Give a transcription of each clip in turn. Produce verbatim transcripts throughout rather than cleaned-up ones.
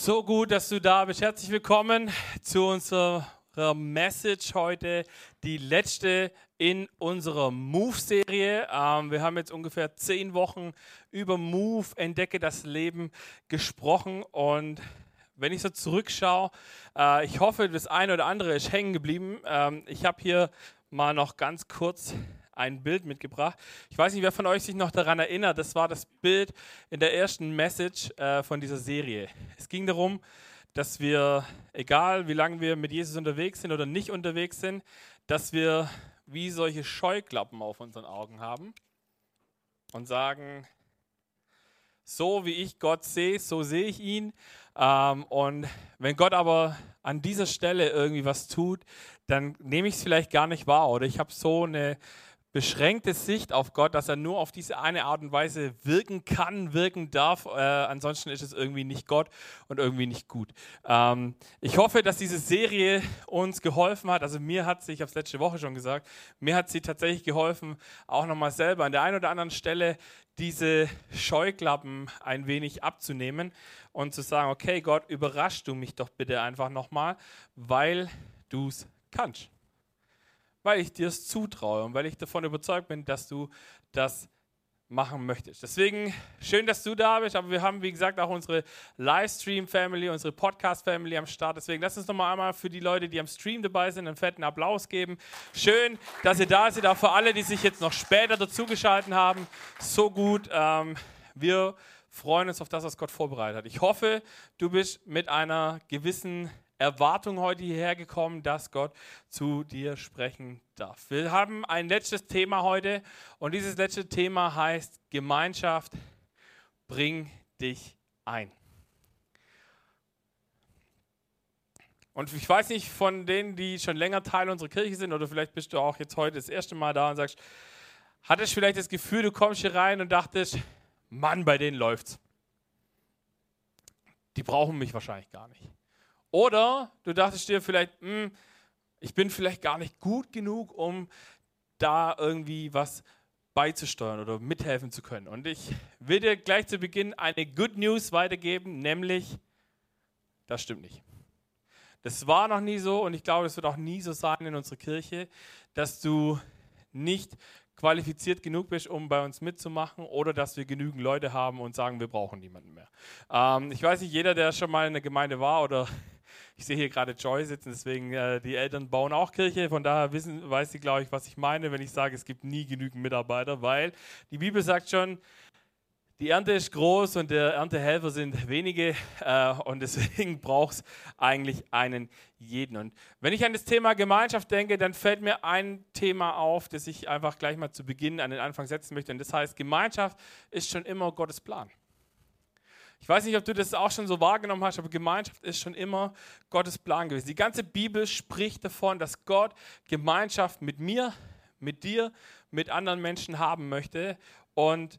So gut, dass du da bist. Herzlich willkommen zu unserer Message heute, die letzte in unserer Move-Serie. Ähm, wir haben jetzt ungefähr zehn Wochen über Move, Entdecke das Leben gesprochen und wenn ich so zurückschaue, äh, ich hoffe, das eine oder andere ist hängen geblieben. Ähm, ich habe hier mal noch ganz kurz ein Bild mitgebracht. Ich weiß nicht, wer von euch sich noch daran erinnert, das war das Bild in der ersten Message äh, von dieser Serie. Es ging darum, dass wir, egal wie lange wir mit Jesus unterwegs sind oder nicht unterwegs sind, dass wir wie solche Scheuklappen auf unseren Augen haben und sagen, so wie ich Gott sehe, so sehe ich ihn. Ähm, und wenn Gott aber an dieser Stelle irgendwie was tut, dann nehme ich es vielleicht gar nicht wahr oder ich habe so eine beschränkte Sicht auf Gott, dass er nur auf diese eine Art und Weise wirken kann, wirken darf. Äh, ansonsten ist es irgendwie nicht Gott und irgendwie nicht gut. Ähm, ich hoffe, dass diese Serie uns geholfen hat. Also mir hat sie, ich habe es letzte Woche schon gesagt, mir hat sie tatsächlich geholfen, auch nochmal selber an der einen oder anderen Stelle diese Scheuklappen ein wenig abzunehmen und zu sagen, okay Gott, überrasch du mich doch bitte einfach nochmal, weil du es kannst. Weil ich dir es zutraue und weil ich davon überzeugt bin, dass du das machen möchtest. Deswegen schön, dass du da bist, aber wir haben, wie gesagt, auch unsere Livestream-Family, unsere Podcast-Family am Start. Deswegen lass uns noch mal einmal für die Leute, die am Stream dabei sind, einen fetten Applaus geben. Schön, dass ihr da seid, auch für alle, die sich jetzt noch später dazugeschaltet haben. So gut. Ähm, wir freuen uns auf das, was Gott vorbereitet hat. Ich hoffe, du bist mit einer gewissen Erwartung heute hierher gekommen, dass Gott zu dir sprechen darf. Wir haben ein letztes Thema heute und dieses letzte Thema heißt Gemeinschaft, bring dich ein. Und ich weiß nicht von denen, die schon länger Teil unserer Kirche sind oder vielleicht bist du auch jetzt heute das erste Mal da und sagst, hattest du vielleicht das Gefühl, du kommst hier rein und dachtest, Mann, bei denen läuft's. Die brauchen mich wahrscheinlich gar nicht. Oder du dachtest dir vielleicht, mh, ich bin vielleicht gar nicht gut genug, um da irgendwie was beizusteuern oder mithelfen zu können. Und ich will dir gleich zu Beginn eine Good News weitergeben, nämlich, das stimmt nicht. Das war noch nie so und ich glaube, es wird auch nie so sein in unserer Kirche, dass du nicht qualifiziert genug bist, um bei uns mitzumachen oder dass wir genügend Leute haben und sagen, wir brauchen niemanden mehr. Ähm, ich weiß nicht, jeder, der schon mal in der Gemeinde war oder ich sehe hier gerade Joy sitzen, deswegen äh, die Eltern bauen auch Kirche, von daher wissen, weiß sie, glaube ich, was ich meine, wenn ich sage, es gibt nie genügend Mitarbeiter, weil die Bibel sagt schon, die Ernte ist groß und der Erntehelfer sind wenige äh, und deswegen braucht es eigentlich einen jeden. Und wenn ich an das Thema Gemeinschaft denke, dann fällt mir ein Thema auf, das ich einfach gleich mal zu Beginn an den Anfang setzen möchte und das heißt, Gemeinschaft ist schon immer Gottes Plan. Ich weiß nicht, ob du das auch schon so wahrgenommen hast, aber Gemeinschaft ist schon immer Gottes Plan gewesen. Die ganze Bibel spricht davon, dass Gott Gemeinschaft mit mir, mit dir, mit anderen Menschen haben möchte und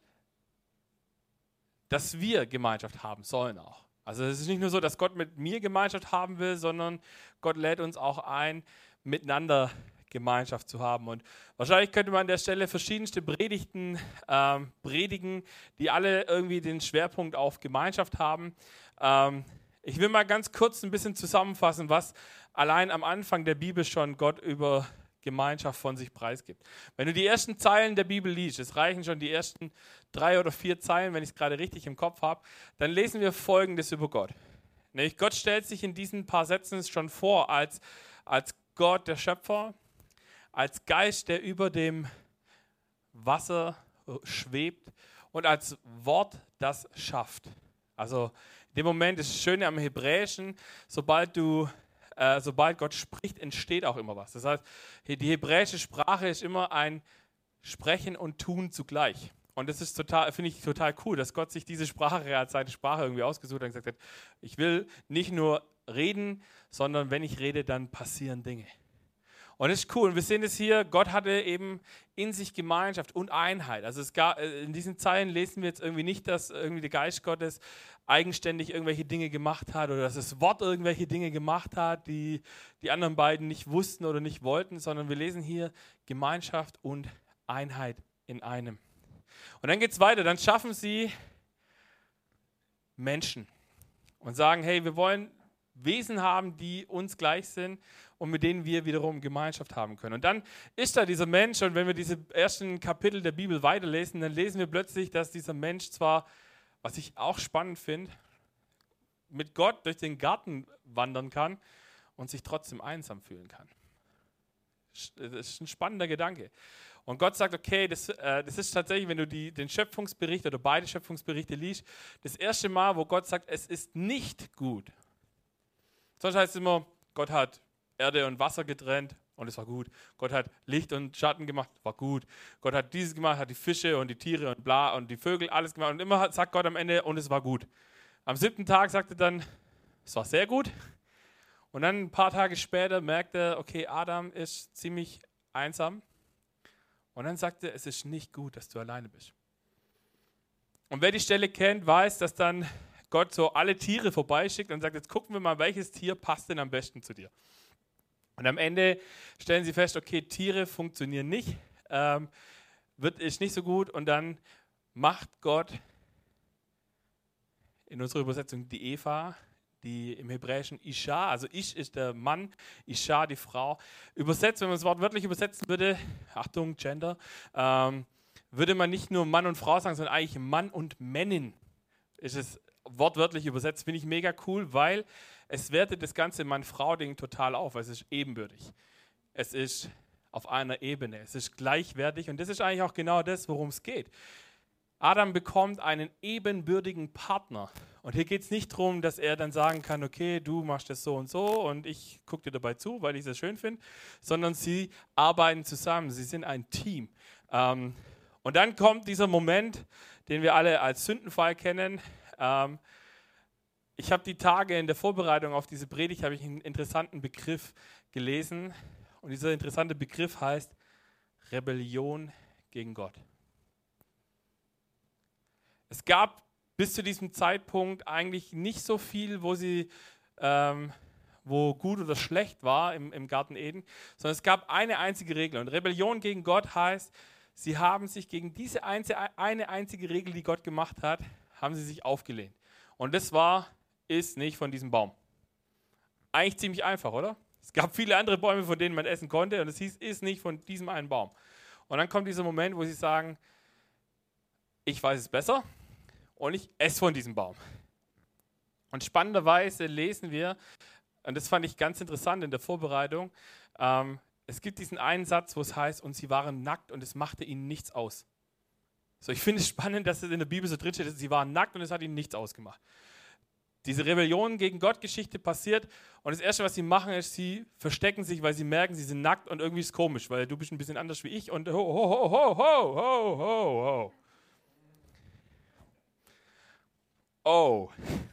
dass wir Gemeinschaft haben sollen auch. Also es ist nicht nur so, dass Gott mit mir Gemeinschaft haben will, sondern Gott lädt uns auch ein, miteinander Gemeinschaft zu haben. Und wahrscheinlich könnte man an der Stelle verschiedenste Predigten ähm, predigen, die alle irgendwie den Schwerpunkt auf Gemeinschaft haben. Ähm, ich will mal ganz kurz ein bisschen zusammenfassen, was allein am Anfang der Bibel schon Gott über Gemeinschaft von sich preisgibt. Wenn du die ersten Zeilen der Bibel liest, es reichen schon die ersten drei oder vier Zeilen, wenn ich es gerade richtig im Kopf habe, dann lesen wir Folgendes über Gott. Nämlich Gott stellt sich in diesen paar Sätzen schon vor als, als Gott, der Schöpfer, als Geist, der über dem Wasser schwebt und als Wort, das schafft. Also in dem Moment ist das Schöne am Hebräischen, sobald du Äh, sobald Gott spricht, entsteht auch immer was. Das heißt, die hebräische Sprache ist immer ein Sprechen und Tun zugleich. Und das ist total, finde ich total cool, dass Gott sich diese Sprache als seine Sprache irgendwie ausgesucht hat und gesagt hat, ich will nicht nur reden, sondern wenn ich rede, dann passieren Dinge. Und das ist cool. Und wir sehen es hier, Gott hatte eben in sich Gemeinschaft und Einheit. Also es gab, in diesen Zeilen lesen wir jetzt irgendwie nicht, dass irgendwie der Geist Gottes eigenständig irgendwelche Dinge gemacht hat oder dass das Wort irgendwelche Dinge gemacht hat, die die anderen beiden nicht wussten oder nicht wollten, sondern wir lesen hier Gemeinschaft und Einheit in einem. Und dann geht es weiter. Dann schaffen sie Menschen. und sagen, hey, wir wollen Wesen haben, die uns gleich sind und mit denen wir wiederum Gemeinschaft haben können. Und dann ist da dieser Mensch, und wenn wir diese ersten Kapitel der Bibel weiterlesen, dann lesen wir plötzlich, dass dieser Mensch zwar, was ich auch spannend finde, mit Gott durch den Garten wandern kann und sich trotzdem einsam fühlen kann. Das ist ein spannender Gedanke. Und Gott sagt, okay, das, äh, das ist tatsächlich, wenn du die, den Schöpfungsbericht oder beide Schöpfungsberichte liest, das erste Mal, wo Gott sagt, es ist nicht gut. Sonst heißt es immer, Gott hat Erde und Wasser getrennt und es war gut. Gott hat Licht und Schatten gemacht, war gut. Gott hat dieses gemacht, hat die Fische und die Tiere und bla und die Vögel, alles gemacht. Und immer sagt Gott am Ende, und es war gut. Am siebten Tag sagt er dann, es war sehr gut. Und dann ein paar Tage später merkt er, okay, Adam ist ziemlich einsam. Und dann sagt er, es ist nicht gut, dass du alleine bist. Und wer die Stelle kennt, weiß, dass dann Gott so alle Tiere vorbeischickt und sagt, jetzt gucken wir mal, welches Tier passt denn am besten zu dir. Und am Ende stellen sie fest, okay, Tiere funktionieren nicht, ähm, wird ist nicht so gut. Und dann macht Gott in unserer Übersetzung die Eva, die im Hebräischen Isha, also Ish ist der Mann, Isha die Frau. Übersetzt, wenn man das Wort wörtlich übersetzen würde, Achtung, Gender, ähm, würde man nicht nur Mann und Frau sagen, sondern eigentlich Mann und Männin ist es wortwörtlich übersetzt. Finde ich mega cool, weil es wertet das ganze Mann-Frau-Ding total auf. Es ist ebenbürtig. Es ist auf einer Ebene. Es ist gleichwertig und das ist eigentlich auch genau das, worum es geht. Adam bekommt einen ebenbürtigen Partner. Und hier geht es nicht darum, dass er dann sagen kann, okay, du machst das so und so und ich gucke dir dabei zu, weil ich das schön finde, sondern sie arbeiten zusammen, sie sind ein Team. Ähm, und dann kommt dieser Moment, den wir alle als Sündenfall kennen. Ähm, ich habe die Tage in der Vorbereitung auf diese Predigt, habe ich einen interessanten Begriff gelesen. Und dieser interessante Begriff heißt Rebellion gegen Gott. Es gab bis zu diesem Zeitpunkt eigentlich nicht so viel, wo sie, ähm, wo gut oder schlecht war im, im Garten Eden, sondern es gab eine einzige Regel. Und Rebellion gegen Gott heißt, sie haben sich gegen diese einzige, eine einzige Regel, die Gott gemacht hat, haben sie sich aufgelehnt. Und das war, iss nicht von diesem Baum. Eigentlich ziemlich einfach, oder? Es gab viele andere Bäume, von denen man essen konnte, und es hieß, iss nicht von diesem einen Baum. Und dann kommt dieser Moment, wo sie sagen, ich weiß es besser. Und ich esse von diesem Baum. Und spannenderweise lesen wir, und das fand ich ganz interessant in der Vorbereitung, ähm, es gibt diesen einen Satz, wo es heißt, und sie waren nackt und es machte ihnen nichts aus. So, ich finde es spannend, dass es in der Bibel so drin steht, sie waren nackt und es hat ihnen nichts ausgemacht. Diese Rebellion gegen Gott-Geschichte passiert und das Erste, was sie machen, ist, sie verstecken sich, weil sie merken, sie sind nackt und irgendwie ist es komisch, weil du bist ein bisschen anders wie ich und ho, ho, ho, ho, ho, ho, ho, ho. Oh.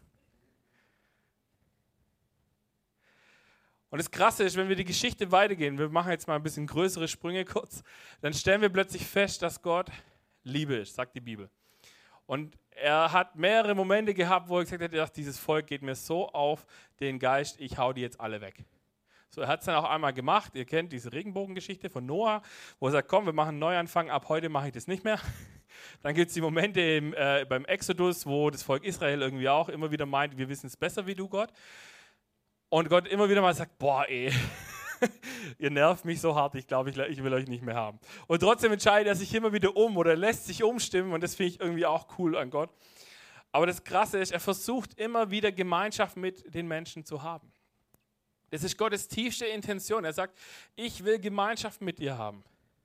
Und das Krasse ist, wenn wir die Geschichte weitergehen, wir machen jetzt mal ein bisschen größere Sprünge kurz, dann stellen wir plötzlich fest, dass Gott Liebe ist, sagt die Bibel. Und er hat mehrere Momente gehabt, wo er gesagt hat, ach, dieses Volk geht mir so auf den Geist, ich hau die jetzt alle weg. So, er hat es dann auch einmal gemacht, ihr kennt diese Regenbogengeschichte von Noah, wo er sagt, komm, wir machen einen Neuanfang, ab heute mache ich das nicht mehr. Dann gibt es die Momente im, äh, beim Exodus, wo das Volk Israel irgendwie auch immer wieder meint, wir wissen es besser wie du, Gott. Und Gott immer wieder mal sagt, boah ey, ihr nervt mich so hart, ich glaube, ich, ich will euch nicht mehr haben. Und trotzdem entscheidet er sich immer wieder um oder lässt sich umstimmen und das finde ich irgendwie auch cool an Gott. Aber das Krasse ist, er versucht immer wieder Gemeinschaft mit den Menschen zu haben. Das ist Gottes tiefste Intention. Er sagt, ich will Gemeinschaft mit dir haben.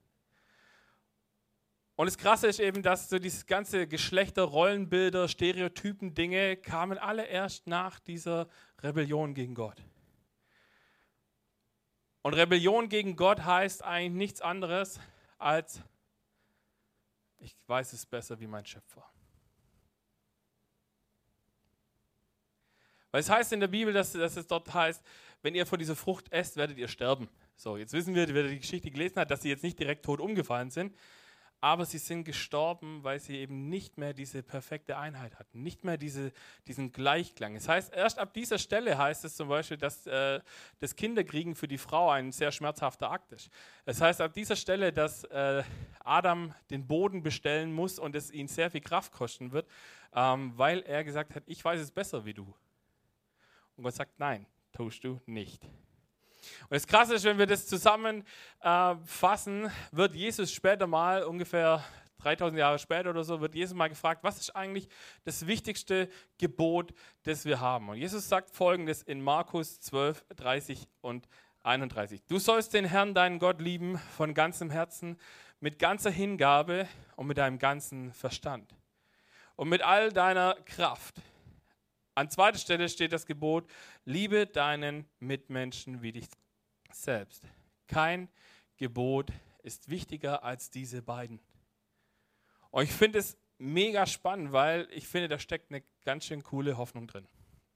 Und das Krasse ist eben, dass so dieses ganze Geschlechter, Rollenbilder, Stereotypen, Dinge kamen alle erst nach dieser Rebellion gegen Gott. Und Rebellion gegen Gott heißt eigentlich nichts anderes als, ich weiß es besser wie mein Schöpfer. Weil es heißt in der Bibel, dass, dass es dort heißt, wenn ihr von dieser Frucht esst, werdet ihr sterben. So, jetzt wissen wir, wer die Geschichte gelesen hat, dass sie jetzt nicht direkt tot umgefallen sind, aber sie sind gestorben, weil sie eben nicht mehr diese perfekte Einheit hatten, nicht mehr diese, diesen Gleichklang. Das heißt, erst ab dieser Stelle heißt es zum Beispiel, dass äh, das Kinderkriegen für die Frau ein sehr schmerzhafter Akt ist. Das heißt, ab dieser Stelle, dass äh, Adam den Boden bestellen muss und es ihn sehr viel Kraft kosten wird, ähm, weil er gesagt hat, ich weiß es besser wie du. Und Gott sagt, nein, tust du nicht. Und das Krasse ist, wenn wir das zusammenfassen, äh, wird Jesus später mal, ungefähr dreitausend Jahre später oder so, wird Jesus mal gefragt, was ist eigentlich das wichtigste Gebot, das wir haben? Und Jesus sagt Folgendes in Markus zwölf, dreißig und einunddreißig. Du sollst den Herrn, deinen Gott, lieben von ganzem Herzen, mit ganzer Hingabe und mit deinem ganzen Verstand und mit all deiner Kraft. An zweiter Stelle steht das Gebot, liebe deinen Mitmenschen wie dich selbst. Kein Gebot ist wichtiger als diese beiden. Und ich finde es mega spannend, weil ich finde, da steckt eine ganz schön coole Hoffnung drin.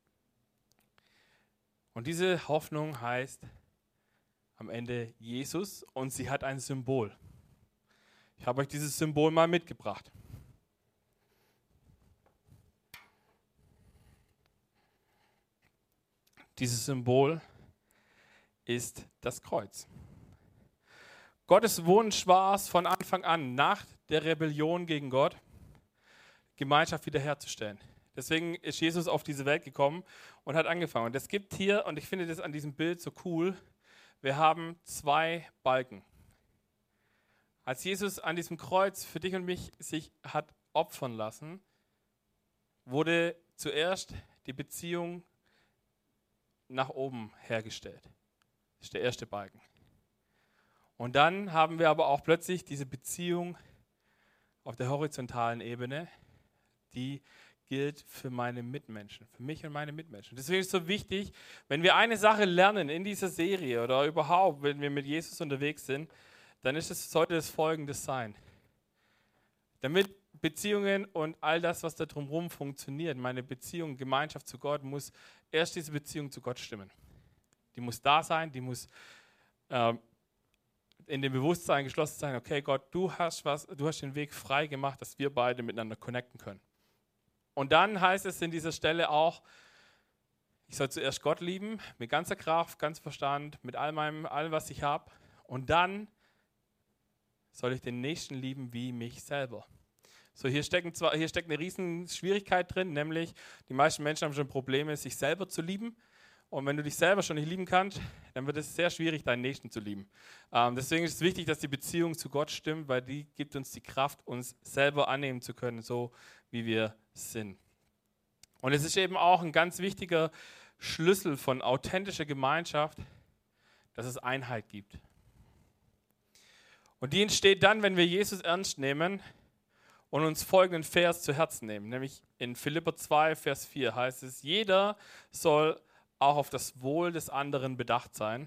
Und diese Hoffnung heißt am Ende Jesus und sie hat ein Symbol. Ich habe euch dieses Symbol mal mitgebracht. Dieses Symbol ist das Kreuz. Gottes Wunsch war es von Anfang an, nach der Rebellion gegen Gott, Gemeinschaft wiederherzustellen. Deswegen ist Jesus auf diese Welt gekommen und hat angefangen. Und es gibt hier, und ich finde das an diesem Bild so cool, wir haben zwei Balken. Als Jesus an diesem Kreuz für dich und mich sich hat opfern lassen, wurde zuerst die Beziehung nach oben hergestellt. Das ist der erste Balken. Und dann haben wir aber auch plötzlich diese Beziehung auf der horizontalen Ebene, die gilt für meine Mitmenschen, für mich und meine Mitmenschen. Deswegen ist es so wichtig, wenn wir eine Sache lernen in dieser Serie oder überhaupt, wenn wir mit Jesus unterwegs sind, dann ist es, sollte es Folgendes sein. Damit Beziehungen und all das, was da drumherum funktioniert, meine Beziehung, Gemeinschaft zu Gott, muss erst diese Beziehung zu Gott stimmen. Die muss da sein, die muss äh, in dem Bewusstsein geschlossen sein, okay Gott, du hast was, du hast den Weg frei gemacht, dass wir beide miteinander connecten können. Und dann heißt es in dieser Stelle auch, ich soll zuerst Gott lieben, mit ganzer Kraft, ganzem Verstand, mit all meinem, allem, was ich habe. Und dann soll ich den Nächsten lieben wie mich selber. So, hier, stecken zwar, hier steckt eine riesen Schwierigkeit drin, nämlich die meisten Menschen haben schon Probleme, sich selber zu lieben. Und wenn du dich selber schon nicht lieben kannst, dann wird es sehr schwierig, deinen Nächsten zu lieben. Ähm, deswegen ist es wichtig, dass die Beziehung zu Gott stimmt, weil die gibt uns die Kraft, uns selber annehmen zu können, so wie wir sind. Und es ist eben auch ein ganz wichtiger Schlüssel von authentischer Gemeinschaft, dass es Einheit gibt. Und die entsteht dann, wenn wir Jesus ernst nehmen und uns folgenden Vers zu Herzen nehmen. Nämlich in Philipper zwei, Vers vier heißt es, jeder soll auch auf das Wohl des anderen bedacht sein,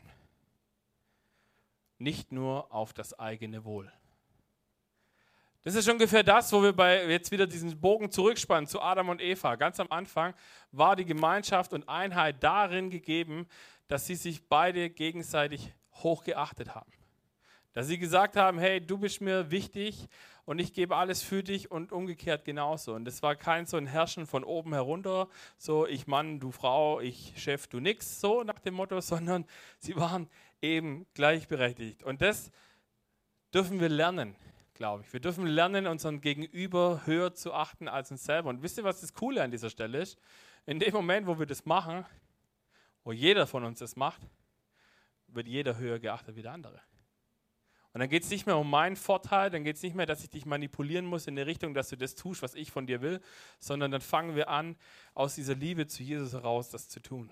nicht nur auf das eigene Wohl. Das ist ungefähr das, wo wir bei jetzt wieder diesen Bogen zurückspannen zu Adam und Eva. Ganz am Anfang war die Gemeinschaft und Einheit darin gegeben, dass sie sich beide gegenseitig hochgeachtet haben. Dass sie gesagt haben, hey, du bist mir wichtig und ich gebe alles für dich und umgekehrt genauso. Und das war kein so ein Herrschen von oben herunter, so ich Mann, du Frau, ich Chef, du nix, so nach dem Motto, sondern sie waren eben gleichberechtigt. Und das dürfen wir lernen, glaube ich. Wir dürfen lernen, unseren Gegenüber höher zu achten als uns selber. Und wisst ihr, was das Coole an dieser Stelle ist? In dem Moment, wo wir das machen, wo jeder von uns das macht, wird jeder höher geachtet wie der andere. Und dann geht es nicht mehr um meinen Vorteil, dann geht es nicht mehr, dass ich dich manipulieren muss in der Richtung, dass du das tust, was ich von dir will, sondern dann fangen wir an, aus dieser Liebe zu Jesus heraus das zu tun.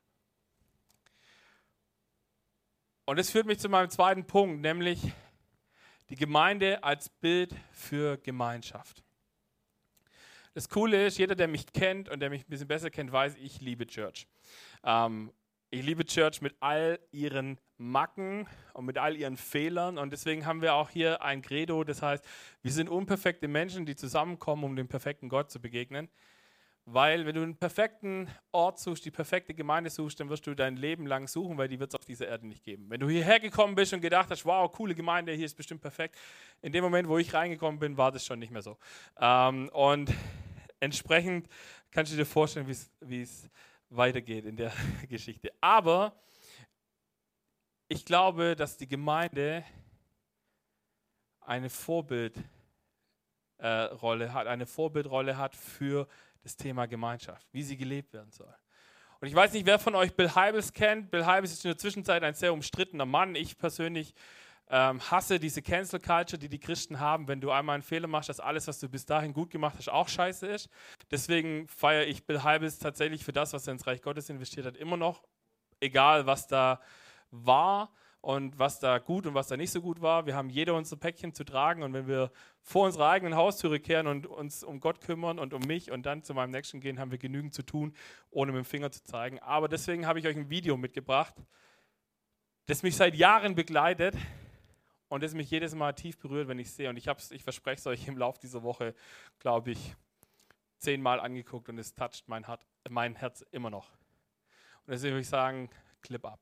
Und das führt mich zu meinem zweiten Punkt, nämlich die Gemeinde als Bild für Gemeinschaft. Das Coole ist, jeder, der mich kennt und der mich ein bisschen besser kennt, weiß, ich liebe Church. Ähm, Ich liebe Church mit all ihren Macken und mit all ihren Fehlern und deswegen haben wir auch hier ein Credo, das heißt, wir sind unperfekte Menschen, die zusammenkommen, um dem perfekten Gott zu begegnen, weil wenn du einen perfekten Ort suchst, die perfekte Gemeinde suchst, dann wirst du dein Leben lang suchen, weil die wird es auf dieser Erde nicht geben. Wenn du hierher gekommen bist und gedacht hast, wow, coole Gemeinde, hier ist bestimmt perfekt, in dem Moment, wo ich reingekommen bin, war das schon nicht mehr so. Ähm, und entsprechend kannst du dir vorstellen, wie es weitergeht in der Geschichte. Aber ich glaube, dass die Gemeinde eine Vorbildrolle äh, hat, eine Vorbildrolle hat für das Thema Gemeinschaft, wie sie gelebt werden soll. Und ich weiß nicht, wer von euch Bill Hybels kennt. Bill Hybels ist in der Zwischenzeit ein sehr umstrittener Mann. Ich persönlich ähm, hasse diese Cancel Culture, die die Christen haben, wenn du einmal einen Fehler machst, dass alles, was du bis dahin gut gemacht hast, auch scheiße ist. Deswegen feiere ich Bill Hybels tatsächlich für das, was er ins Reich Gottes investiert hat, immer noch. Egal, was da war und was da gut und was da nicht so gut war. Wir haben jeder unser Päckchen zu tragen und wenn wir vor unserer eigenen Haustüre kehren und uns um Gott kümmern und um mich und dann zu meinem Nächsten gehen, haben wir genügend zu tun, ohne mit dem Finger zu zeigen. Aber deswegen habe ich euch ein Video mitgebracht, das mich seit Jahren begleitet und das mich jedes Mal tief berührt, wenn ich es sehe. Und ich, hab's, ich verspreche es euch im Laufe dieser Woche, glaube ich, zehnmal angeguckt und es toucht mein, Hart, mein Herz immer noch. Und deswegen würde ich sagen, Clip ab.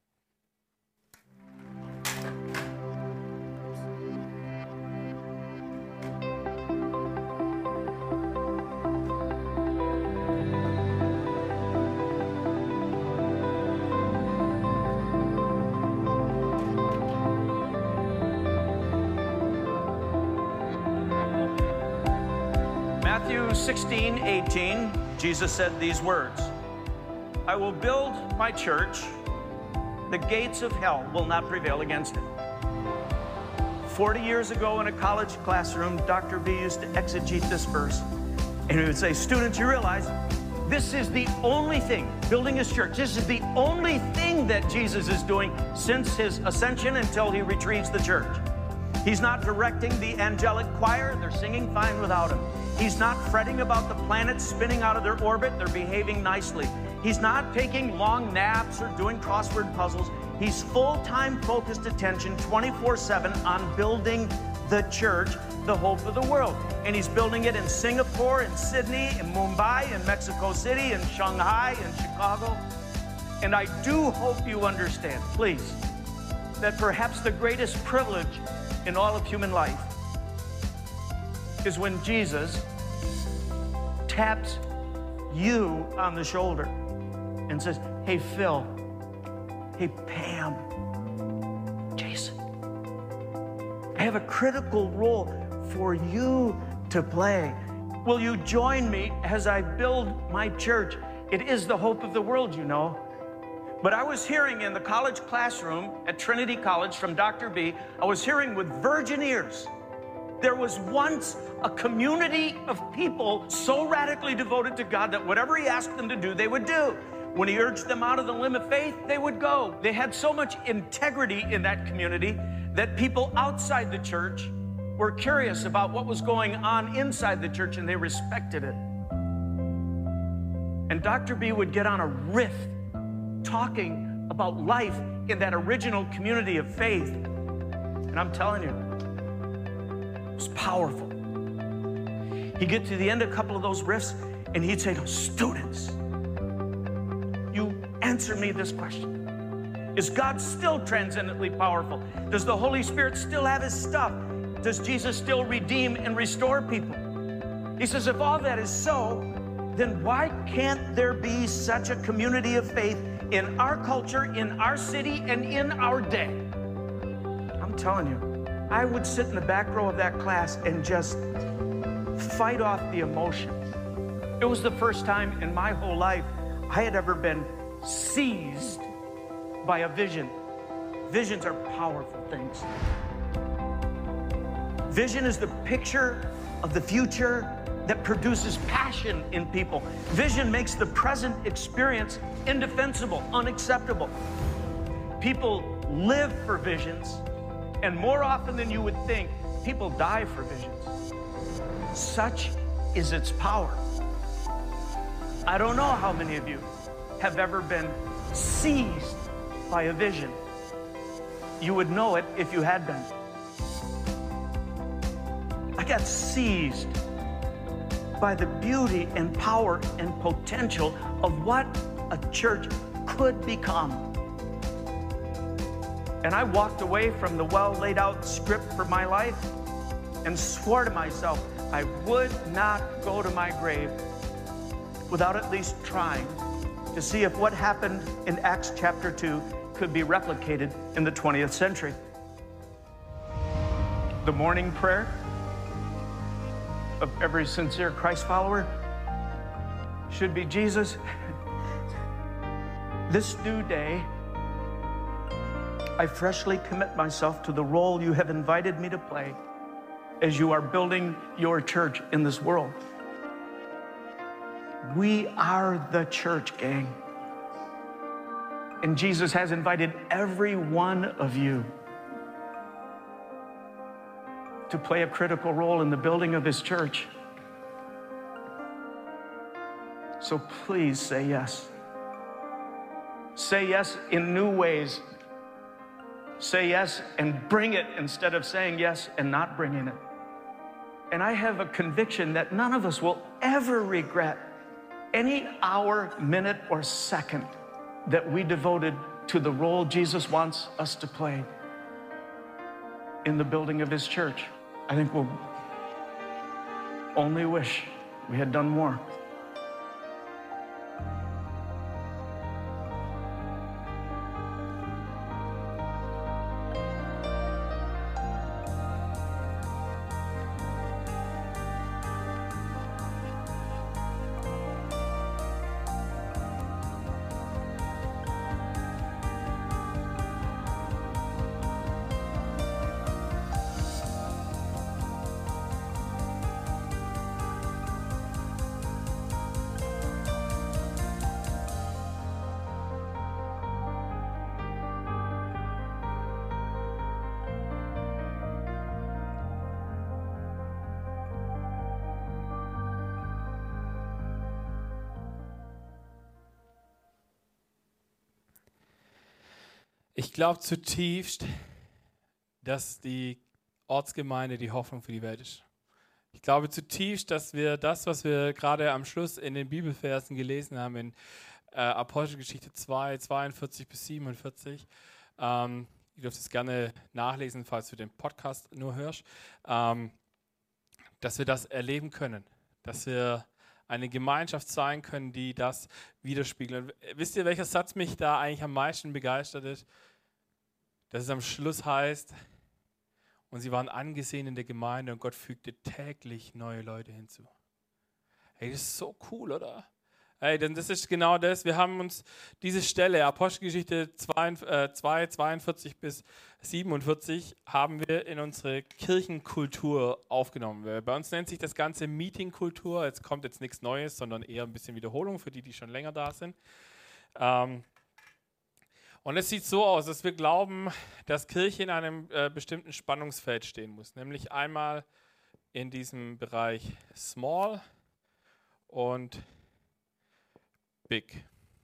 Matthew sixteen, eighteen, Jesus said these words, I will build my church, the gates of hell will not prevail against it. forty years ago in a college classroom, Doctor B used to exegete this verse, and he would say, students, you realize this is the only thing, building his church, this is the only thing that Jesus is doing since his ascension until he retrieves the church. He's not directing the angelic choir, they're singing fine without him. He's not fretting about the planets spinning out of their orbit, they're behaving nicely. He's not taking long naps or doing crossword puzzles. He's full-time focused attention twenty-four seven on building the church, the hope of the world. And he's building it in Singapore, in Sydney, in Mumbai, in Mexico City, in Shanghai, in Chicago. And I do hope you understand, please, that perhaps the greatest privilege in all of human life is when Jesus taps you on the shoulder and says, hey, Phil, hey, Pam, Jason, I have a critical role for you to play. Will you join me as I build my church? It is the hope of the world, you know. But I was hearing in the college classroom at Trinity College from Doctor B, I was hearing with virgin ears, there was once a community of people so radically devoted to God that whatever he asked them to do, they would do. When he urged them out of the limb of faith, they would go. They had so much integrity in that community that people outside the church were curious about what was going on inside the church, and they respected it. And Doctor B would get on a riff talking about life in that original community of faith. And I'm telling you, it was powerful. He'd get to the end of a couple of those riffs, and he'd say, students, you answer me this question. Is God still transcendently powerful? Does the Holy Spirit still have his stuff? Does Jesus still redeem and restore people? He says, if all that is so, then why can't there be such a community of faith in our culture, in our city, and in our day? I'm telling you, I would sit in the back row of that class and just fight off the emotions. It was the first time in my whole life I had ever been seized by a vision. Visions are powerful things. Vision is the picture of the future that produces passion in people. Vision makes the present experience indefensible, unacceptable. People live for visions, and more often than you would think, people die for visions. Such is its power. I don't know how many of you have ever been seized by a vision. You would know it if you had been. I got seized by the beauty and power and potential of what a church could become. And I walked away from the well laid out script for my life and swore to myself I would not go to my grave without at least trying to see if what happened in Acts chapter two could be replicated in the twentieth century. The morning prayer of every sincere Christ follower should be, Jesus, this new day, I freshly commit myself to the role you have invited me to play as you are building your church in this world. We are the church, gang. And Jesus has invited every one of you to play a critical role in the building of His church. So please say yes. Say yes in new ways. Say yes and bring it instead of saying yes and not bringing it. And I have a conviction that none of us will ever regret any hour, minute, or second that we devoted to the role Jesus wants us to play in the building of His church. I think we'll only wish we had done more. Ich glaube zutiefst, dass die Ortsgemeinde die Hoffnung für die Welt ist. Ich glaube zutiefst, dass wir das, was wir gerade am Schluss in den Bibelversen gelesen haben, in äh, Apostelgeschichte zwei, zweiundvierzig bis siebenundvierzig, ähm, ihr dürft es gerne nachlesen, falls du den Podcast nur hörst, ähm, dass wir das erleben können, dass wir eine Gemeinschaft sein können, die das widerspiegelt. Und wisst ihr, welcher Satz mich da eigentlich am meisten begeistert ist? Dass es am Schluss heißt, und sie waren angesehen in der Gemeinde und Gott fügte täglich neue Leute hinzu. Hey, das ist so cool, oder? Hey, denn das ist genau das. Wir haben uns diese Stelle, Apostelgeschichte zwei, zweiundvierzig bis siebenundvierzig, haben wir in unsere Kirchenkultur aufgenommen. Bei uns nennt sich das Ganze Meetingkultur. Jetzt kommt jetzt nichts Neues, sondern eher ein bisschen Wiederholung für die, die schon länger da sind. Ähm, und es sieht so aus, dass wir glauben, dass Kirche in einem äh, bestimmten Spannungsfeld stehen muss. Nämlich einmal in diesem Bereich Small und Big.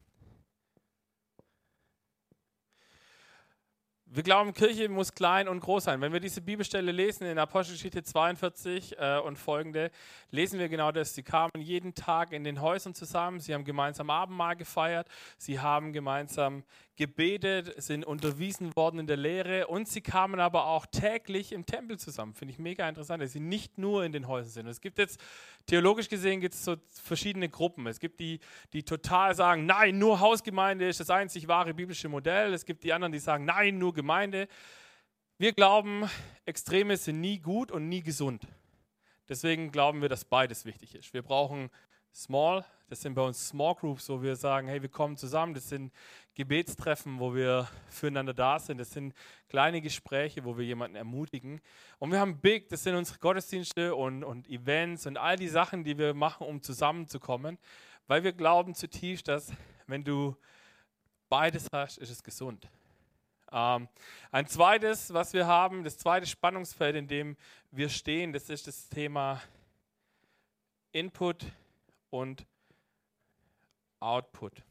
Wir glauben, Kirche muss klein und groß sein. Wenn wir diese Bibelstelle lesen in Apostelgeschichte zweiundvierzig äh, und folgende, lesen wir genau das. Sie kamen jeden Tag in den Häusern zusammen, sie haben gemeinsam Abendmahl gefeiert, sie haben gemeinsam gebetet, sind unterwiesen worden in der Lehre und sie kamen aber auch täglich im Tempel zusammen. Finde ich mega interessant, dass sie nicht nur in den Häusern sind. Es gibt jetzt, theologisch gesehen, gibt es so verschiedene Gruppen. Es gibt die, die total sagen, nein, nur Hausgemeinde ist das einzig wahre biblische Modell. Es gibt die anderen, die sagen, nein, nur Gemeinde. Wir glauben, Extreme sind nie gut und nie gesund. Deswegen glauben wir, dass beides wichtig ist. Wir brauchen Small, das sind bei uns Small Groups, wo wir sagen, hey, wir kommen zusammen. Das sind Gebetstreffen, wo wir füreinander da sind. Das sind kleine Gespräche, wo wir jemanden ermutigen. Und wir haben Big, das sind unsere Gottesdienste und, und Events und all die Sachen, die wir machen, um zusammenzukommen. Weil wir glauben zutiefst, dass wenn du beides hast, ist es gesund. Ähm, ein zweites, was wir haben, das zweite Spannungsfeld, in dem wir stehen, das ist das Thema Input und Output.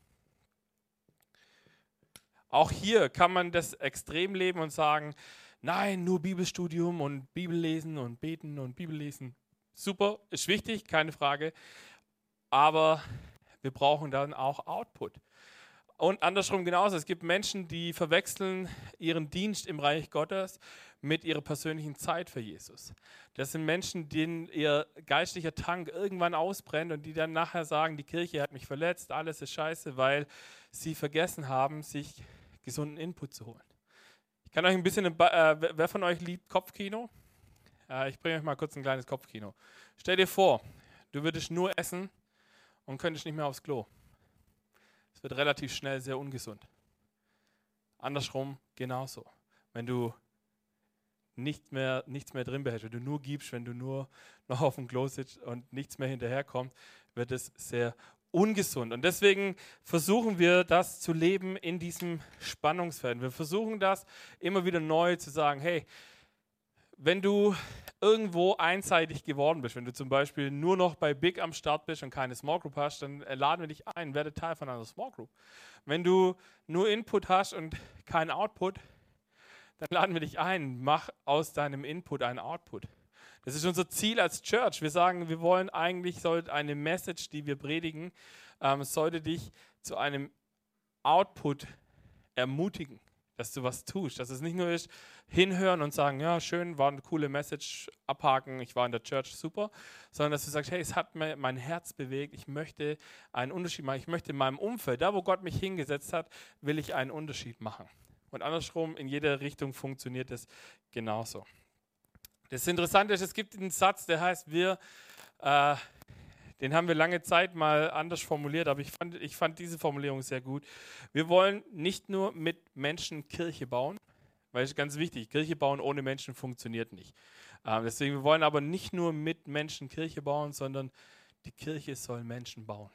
Auch hier kann man das extrem leben und sagen, nein, nur Bibelstudium und Bibellesen und Beten und Bibellesen. Super, ist wichtig, keine Frage. Aber wir brauchen dann auch Output. Und andersrum genauso. Es gibt Menschen, die verwechseln ihren Dienst im Reich Gottes mit ihrer persönlichen Zeit für Jesus. Das sind Menschen, denen ihr geistlicher Tank irgendwann ausbrennt und die dann nachher sagen, die Kirche hat mich verletzt, alles ist scheiße, weil sie vergessen haben, sich gesunden Input zu holen. Ich kann euch ein bisschen, äh, wer von euch liebt Kopfkino? Äh, ich bringe euch mal kurz ein kleines Kopfkino. Stell dir vor, du würdest nur essen und könntest nicht mehr aufs Klo. es wird relativ schnell sehr ungesund. Andersrum genauso. Wenn du nicht mehr, nichts mehr drin behältst, wenn du nur gibst, wenn du nur noch auf dem Klo sitzt und nichts mehr hinterherkommt, wird es sehr ungesund. Und deswegen versuchen wir das zu leben in diesem Spannungsfeld. Wir versuchen das immer wieder neu zu sagen, hey, wenn du irgendwo einseitig geworden bist, wenn du zum Beispiel nur noch bei Big am Start bist und keine Small Group hast, dann laden wir dich ein, werde Teil von einer Small Group. Wenn du nur Input hast und keinen Output, dann laden wir dich ein, mach aus deinem Input einen Output. Das ist unser Ziel als Church. Wir sagen, wir wollen eigentlich, sollte eine Message, die wir predigen, ähm, sollte dich zu einem Output ermutigen, dass du was tust. Dass es nicht nur ist, hinhören und sagen, ja, schön, war eine coole Message, abhaken, ich war in der Church, super. Sondern dass du sagst, hey, es hat mir mein Herz bewegt, ich möchte einen Unterschied machen. Ich möchte in meinem Umfeld, da wo Gott mich hingesetzt hat, will ich einen Unterschied machen. Und andersrum, in jeder Richtung funktioniert es genauso. Das Interessante ist, es gibt einen Satz, der heißt, wir, äh, den haben wir lange Zeit mal anders formuliert, aber ich fand, ich fand diese Formulierung sehr gut. Wir wollen nicht nur mit Menschen Kirche bauen, weil es ist ganz wichtig, Kirche bauen ohne Menschen funktioniert nicht. Äh, deswegen, wir wollen aber nicht nur mit Menschen Kirche bauen, sondern die Kirche soll Menschen bauen.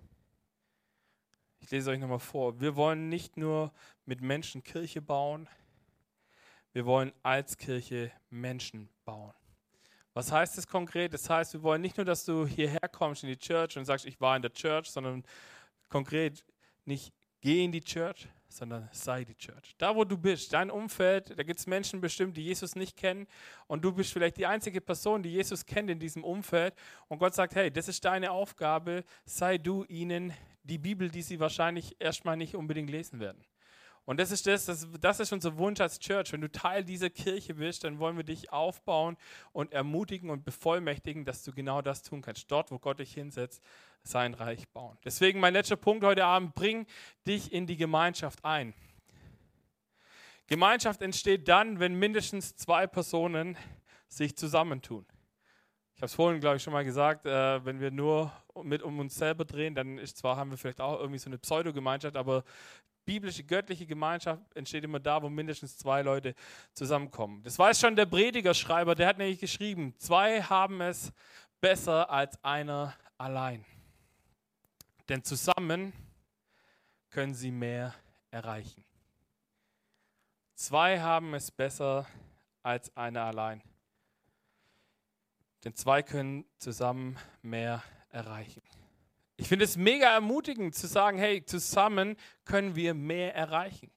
Ich lese euch nochmal vor. Wir wollen nicht nur mit Menschen Kirche bauen, wir wollen als Kirche Menschen bauen. Was heißt das konkret? Das heißt, wir wollen nicht nur, dass du hierher kommst in die Church und sagst, ich war in der Church, sondern konkret nicht geh in die Church, sondern sei die Church. Da, wo du bist, dein Umfeld, da gibt es Menschen bestimmt, die Jesus nicht kennen und du bist vielleicht die einzige Person, die Jesus kennt in diesem Umfeld und Gott sagt, hey, das ist deine Aufgabe, sei du ihnen die Bibel, die sie wahrscheinlich erstmal nicht unbedingt lesen werden. Und das ist das, das, das ist unser Wunsch als Church. Wenn du Teil dieser Kirche bist, dann wollen wir dich aufbauen und ermutigen und bevollmächtigen, dass du genau das tun kannst. Dort, wo Gott dich hinsetzt, sein Reich bauen. Deswegen mein letzter Punkt heute Abend, bring dich in die Gemeinschaft ein. Gemeinschaft entsteht dann, wenn mindestens zwei Personen sich zusammentun. Ich habe es vorhin, glaube ich, schon mal gesagt, äh, wenn wir nur mit um uns selber drehen, dann ist zwar, haben wir vielleicht auch irgendwie so eine Pseudo-Gemeinschaft, aber biblische, göttliche Gemeinschaft entsteht immer da, wo mindestens zwei Leute zusammenkommen. Das weiß schon der Predigerschreiber, der hat nämlich geschrieben, zwei haben es besser als einer allein. Denn zusammen können sie mehr erreichen. Zwei haben es besser als einer allein. Denn zwei können zusammen mehr erreichen. Ich finde es mega ermutigend zu sagen, hey, zusammen können wir mehr erreichen.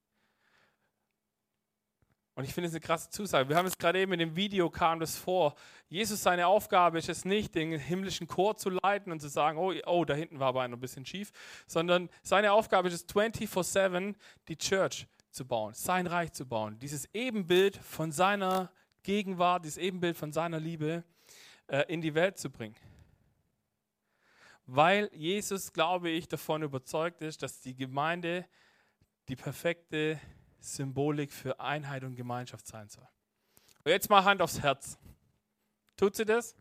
Und ich finde es eine krasse Zusage. Wir haben es gerade eben in dem Video, kam das vor. Jesus, seine Aufgabe ist es nicht, den himmlischen Chor zu leiten und zu sagen, oh, oh, da hinten war aber einer ein bisschen schief, sondern seine Aufgabe ist es, vierundzwanzig sieben die Church zu bauen, sein Reich zu bauen. Dieses Ebenbild von seiner Gegenwart, dieses Ebenbild von seiner Liebe äh, in die Welt zu bringen. Weil Jesus, glaube ich, davon überzeugt ist, dass die Gemeinde die perfekte Symbolik für Einheit und Gemeinschaft sein soll. Und jetzt mal Hand aufs Herz. Tut sie das?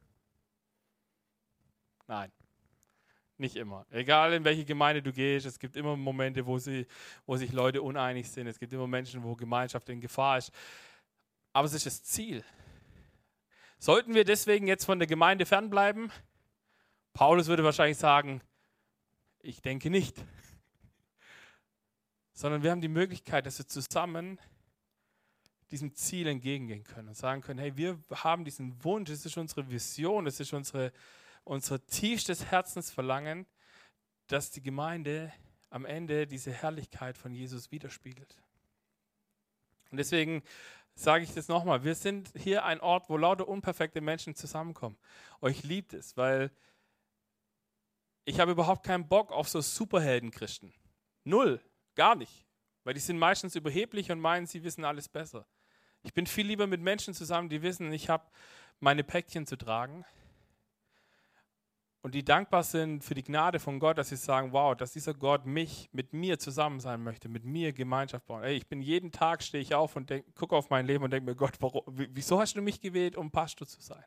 Nein, nicht immer. Egal in welche Gemeinde du gehst, es gibt immer Momente, wo, sie, wo sich Leute uneinig sind. Es gibt immer Menschen, wo Gemeinschaft in Gefahr ist. Aber es ist das Ziel. Sollten wir deswegen jetzt von der Gemeinde fernbleiben? Paulus würde wahrscheinlich sagen, ich denke nicht. Sondern wir haben die Möglichkeit, dass wir zusammen diesem Ziel entgegengehen können und sagen können, hey, wir haben diesen Wunsch, es ist unsere Vision, es ist unsere, unser tiefstes Herzensverlangen, dass die Gemeinde am Ende diese Herrlichkeit von Jesus widerspiegelt. Und deswegen sage ich das nochmal, wir sind hier ein Ort, wo lauter unperfekte Menschen zusammenkommen. Euch liebt es, weil ich habe überhaupt keinen Bock auf so Superhelden-Christen. Null. Gar nicht, weil die sind meistens überheblich und meinen, sie wissen alles besser. Ich bin viel lieber mit Menschen zusammen, die wissen, ich habe meine Päckchen zu tragen und die dankbar sind für die Gnade von Gott, dass sie sagen, wow, dass dieser Gott mich mit mir zusammen sein möchte, mit mir Gemeinschaft bauen. Ey, ich bin jeden Tag, stehe ich auf und gucke auf mein Leben und denke mir, Gott, warum, wieso hast du mich gewählt, um Pastor zu sein?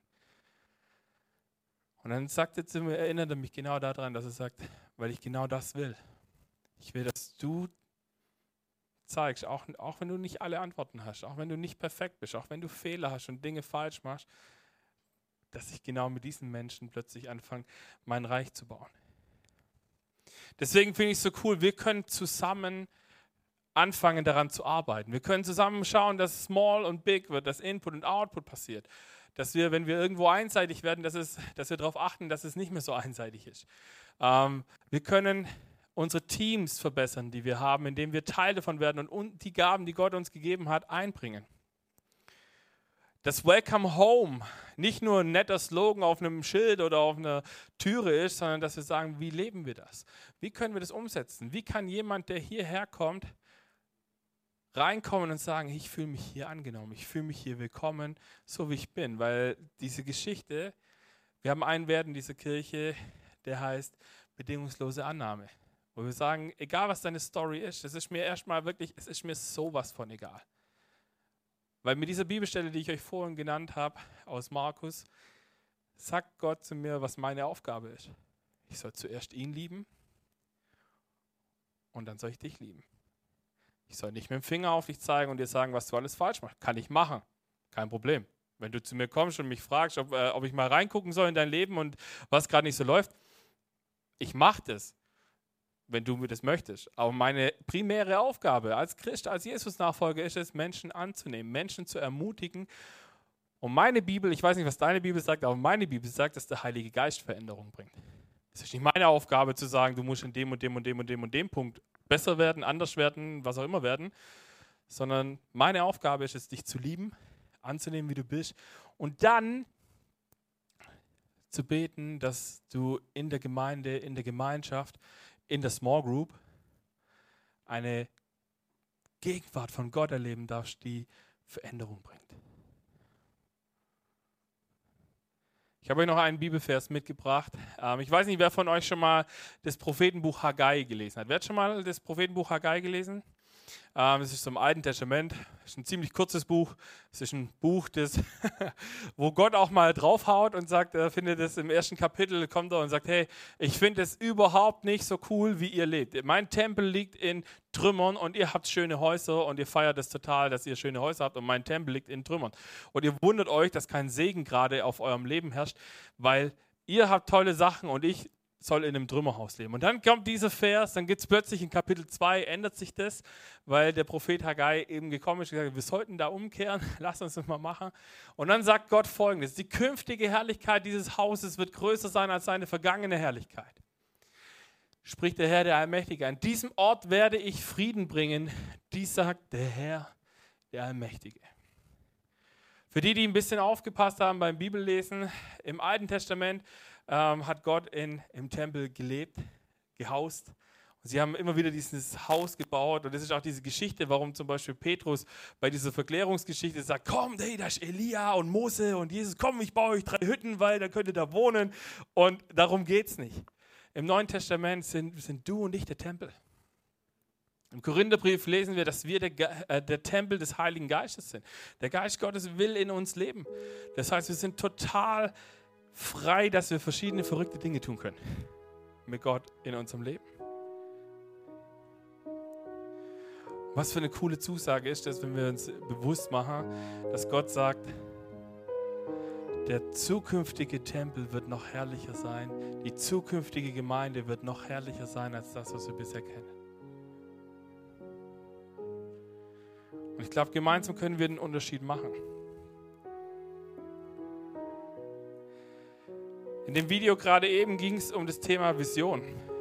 Und dann sagt er zu mir, erinnert er mich genau daran, dass er sagt, weil ich genau das will. Ich will, dass du zeigst, auch, auch wenn du nicht alle Antworten hast, auch wenn du nicht perfekt bist, auch wenn du Fehler hast und Dinge falsch machst, dass ich genau mit diesen Menschen plötzlich anfange, mein Reich zu bauen. Deswegen finde ich es so cool, wir können zusammen anfangen, daran zu arbeiten. Wir können zusammen schauen, dass Small und Big wird, dass Input und Output passiert. Dass wir, wenn wir irgendwo einseitig werden, dass, es, dass wir darauf achten, dass es nicht mehr so einseitig ist. Ähm, wir können unsere Teams verbessern, die wir haben, indem wir Teil davon werden und die Gaben, die Gott uns gegeben hat, einbringen. Das Welcome Home nicht nur ein netter Slogan auf einem Schild oder auf einer Türe ist, sondern dass wir sagen, wie leben wir das? Wie können wir das umsetzen? Wie kann jemand, der hierher kommt, reinkommen und sagen, ich fühle mich hier angenommen, ich fühle mich hier willkommen, so wie ich bin? Weil diese Geschichte, wir haben einen Wert in dieser Kirche, der heißt bedingungslose Annahme. Wo wir sagen, egal was deine Story ist, das ist mir erstmal wirklich, es ist mir sowas von egal. Weil mit dieser Bibelstelle, die ich euch vorhin genannt habe, aus Markus, sagt Gott zu mir, was meine Aufgabe ist. Ich soll zuerst ihn lieben und dann soll ich dich lieben. Ich soll nicht mit dem Finger auf dich zeigen und dir sagen, was du alles falsch machst. Kann ich machen, kein Problem. Wenn du zu mir kommst und mich fragst, ob, äh, ob ich mal reingucken soll in dein Leben und was gerade nicht so läuft, ich mache das. Wenn du mir das möchtest. Aber meine primäre Aufgabe als Christ, als Jesus-Nachfolger ist es, Menschen anzunehmen, Menschen zu ermutigen. Und meine Bibel, ich weiß nicht, was deine Bibel sagt, aber meine Bibel sagt, dass der Heilige Geist Veränderung bringt. Es ist nicht meine Aufgabe zu sagen, du musst in dem und dem und dem und dem und dem Punkt besser werden, anders werden, was auch immer werden, sondern meine Aufgabe ist es, dich zu lieben, anzunehmen, wie du bist und dann zu beten, dass du in der Gemeinde, in der Gemeinschaft, in der Small Group eine Gegenwart von Gott erleben darfst, die Veränderung bringt. Ich habe euch noch einen Bibelvers mitgebracht. Ähm, ich weiß nicht, wer von euch schon mal das Prophetenbuch Haggai gelesen hat. Wer hat schon mal das Prophetenbuch Haggai gelesen? Ähm, es ist so im Alten Testament. Es ist ein ziemlich kurzes Buch. Es ist ein Buch, das, wo Gott auch mal draufhaut und sagt, er findet es im ersten Kapitel, kommt er und sagt, hey, ich finde es überhaupt nicht so cool, wie ihr lebt. Mein Tempel liegt in Trümmern und ihr habt schöne Häuser und ihr feiert es total, dass ihr schöne Häuser habt und mein Tempel liegt in Trümmern. Und ihr wundert euch, dass kein Segen gerade auf eurem Leben herrscht, weil ihr habt tolle Sachen und ich soll in einem Trümmerhaus leben. Und dann kommt dieser Vers, dann gibt es plötzlich in Kapitel zwei, ändert sich das, weil der Prophet Haggai eben gekommen ist und gesagt hat, wir sollten da umkehren, lass uns das mal machen. Und dann sagt Gott Folgendes, die künftige Herrlichkeit dieses Hauses wird größer sein als seine vergangene Herrlichkeit. Spricht der Herr, der Allmächtige, an diesem Ort werde ich Frieden bringen, dies sagt der Herr, der Allmächtige. Für die, die ein bisschen aufgepasst haben beim Bibellesen, im Alten Testament ähm, hat Gott in, im Tempel gelebt, gehaust. Und sie haben immer wieder dieses Haus gebaut. Und das ist auch diese Geschichte, warum zum Beispiel Petrus bei dieser Verklärungsgeschichte sagt, komm, hey, da ist Elia und Mose und Jesus, komm, ich baue euch drei Hütten, weil da könnt ihr da wohnen. Und darum geht es nicht. Im Neuen Testament sind, sind du und ich der Tempel. Im Korintherbrief lesen wir, dass wir der, äh, der Tempel des Heiligen Geistes sind. Der Geist Gottes will in uns leben. Das heißt, wir sind total frei, dass wir verschiedene verrückte Dinge tun können mit Gott in unserem Leben. Was für eine coole Zusage ist das, wenn wir uns bewusst machen, dass Gott sagt, der zukünftige Tempel wird noch herrlicher sein, die zukünftige Gemeinde wird noch herrlicher sein als das, was wir bisher kennen. Und ich glaube, gemeinsam können wir den Unterschied machen. In dem Video gerade eben ging es um das Thema Vision.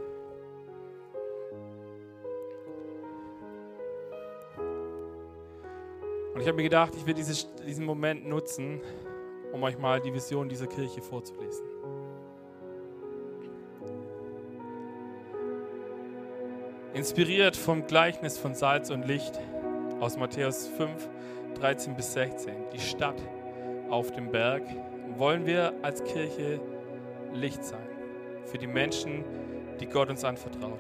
Und ich habe mir gedacht, ich will dieses, diesen Moment nutzen, um euch mal die Vision dieser Kirche vorzulesen. Inspiriert vom Gleichnis von Salz und Licht aus Matthäus fünf, dreizehn bis sechzehn, die Stadt auf dem Berg, wollen wir als Kirche Licht sein für die Menschen, die Gott uns anvertraut.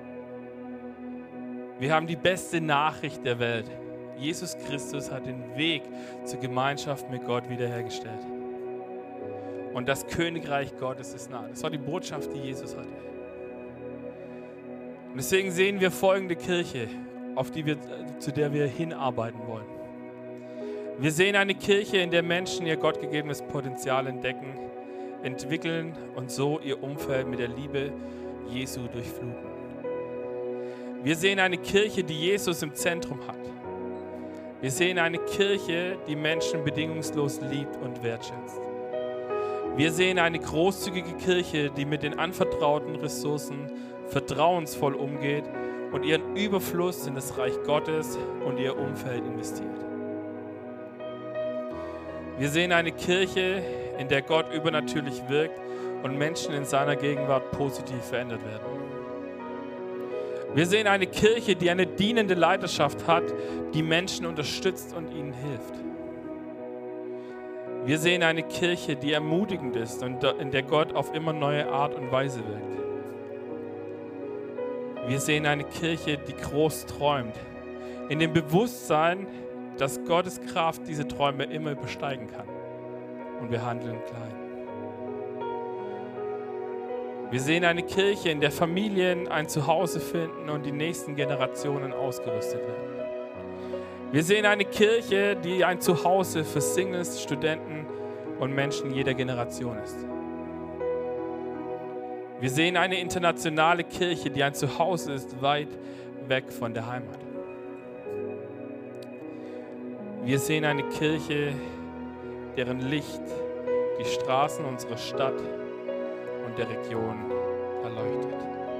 Wir haben die beste Nachricht der Welt. Jesus Christus hat den Weg zur Gemeinschaft mit Gott wiederhergestellt. Und das Königreich Gottes ist nah. Das war die Botschaft, die Jesus hatte. Und deswegen sehen wir folgende Kirche, auf die wir, zu der wir hinarbeiten wollen. Wir sehen eine Kirche, in der Menschen ihr gottgegebenes Potenzial entdecken, entwickeln und so ihr Umfeld mit der Liebe Jesu durchfluten. Wir sehen eine Kirche, die Jesus im Zentrum hat. Wir sehen eine Kirche, die Menschen bedingungslos liebt und wertschätzt. Wir sehen eine großzügige Kirche, die mit den anvertrauten Ressourcen vertrauensvoll umgeht und ihren Überfluss in das Reich Gottes und ihr Umfeld investiert. Wir sehen eine Kirche, in der Gott übernatürlich wirkt und Menschen in seiner Gegenwart positiv verändert werden. Wir sehen eine Kirche, die eine dienende Leiterschaft hat, die Menschen unterstützt und ihnen hilft. Wir sehen eine Kirche, die ermutigend ist und in der Gott auf immer neue Art und Weise wirkt. Wir sehen eine Kirche, die groß träumt, in dem Bewusstsein, dass Gottes Kraft diese Träume immer besteigen kann. Und wir handeln klein. Wir sehen eine Kirche, in der Familien ein Zuhause finden und die nächsten Generationen ausgerüstet werden. Wir sehen eine Kirche, die ein Zuhause für Singles, Studenten und Menschen jeder Generation ist. Wir sehen eine internationale Kirche, die ein Zuhause ist, weit weg von der Heimat. Wir sehen eine Kirche, deren Licht die Straßen unserer Stadt und der Region erleuchtet.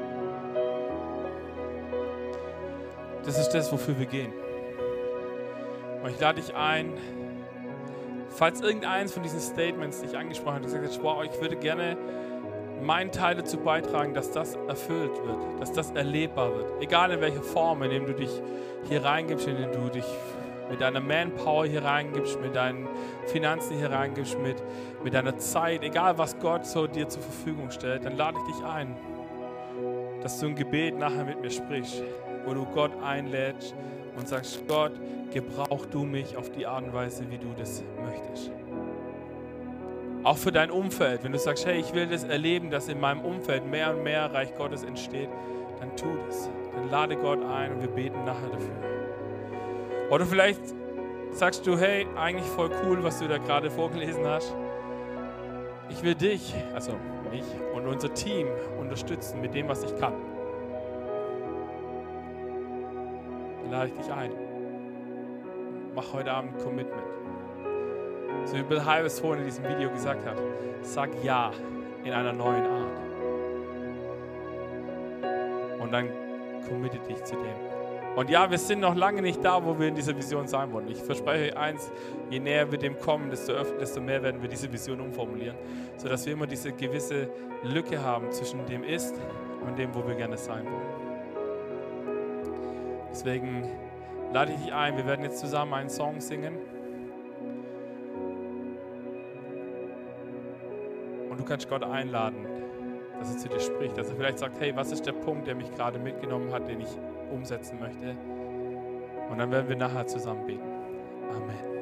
Das ist das, wofür wir gehen. Und ich lade dich ein, falls irgendeins von diesen Statements dich angesprochen hat, du sagst, wow, ich würde gerne meinen Teil dazu beitragen, dass das erfüllt wird, dass das erlebbar wird. Egal in welcher Form, indem du dich hier reingibst, indem du dich mit deiner Manpower hier reingibst, mit deinen Finanzen hier reingibst, mit, mit deiner Zeit, egal was Gott so dir zur Verfügung stellt, dann lade ich dich ein, dass du im Gebet nachher mit mir sprichst, wo du Gott einlädst und sagst, Gott, gebrauch du mich auf die Art und Weise, wie du das möchtest. Auch für dein Umfeld, wenn du sagst, hey, ich will das erleben, dass in meinem Umfeld mehr und mehr Reich Gottes entsteht, dann tu das. Dann lade Gott ein und wir beten nachher dafür. Oder vielleicht sagst du, hey, eigentlich voll cool, was du da gerade vorgelesen hast. Ich will dich, also mich und unser Team unterstützen mit dem, was ich kann. Dann lade ich dich ein. Mach heute Abend ein Commitment. So wie Bill Hybels vorhin in diesem Video gesagt hat, sag Ja in einer neuen Art. Und dann committe dich zu dem. Und ja, wir sind noch lange nicht da, wo wir in dieser Vision sein wollen. Ich verspreche euch eins, je näher wir dem kommen, desto, öfter, desto mehr werden wir diese Vision umformulieren, sodass wir immer diese gewisse Lücke haben zwischen dem Ist und dem, wo wir gerne sein wollen. Deswegen lade ich dich ein, wir werden jetzt zusammen einen Song singen. Und du kannst Gott einladen, dass er zu dir spricht, dass er vielleicht sagt, hey, was ist der Punkt, der mich gerade mitgenommen hat, den ich umsetzen möchte. Und dann werden wir nachher zusammen beten. Amen.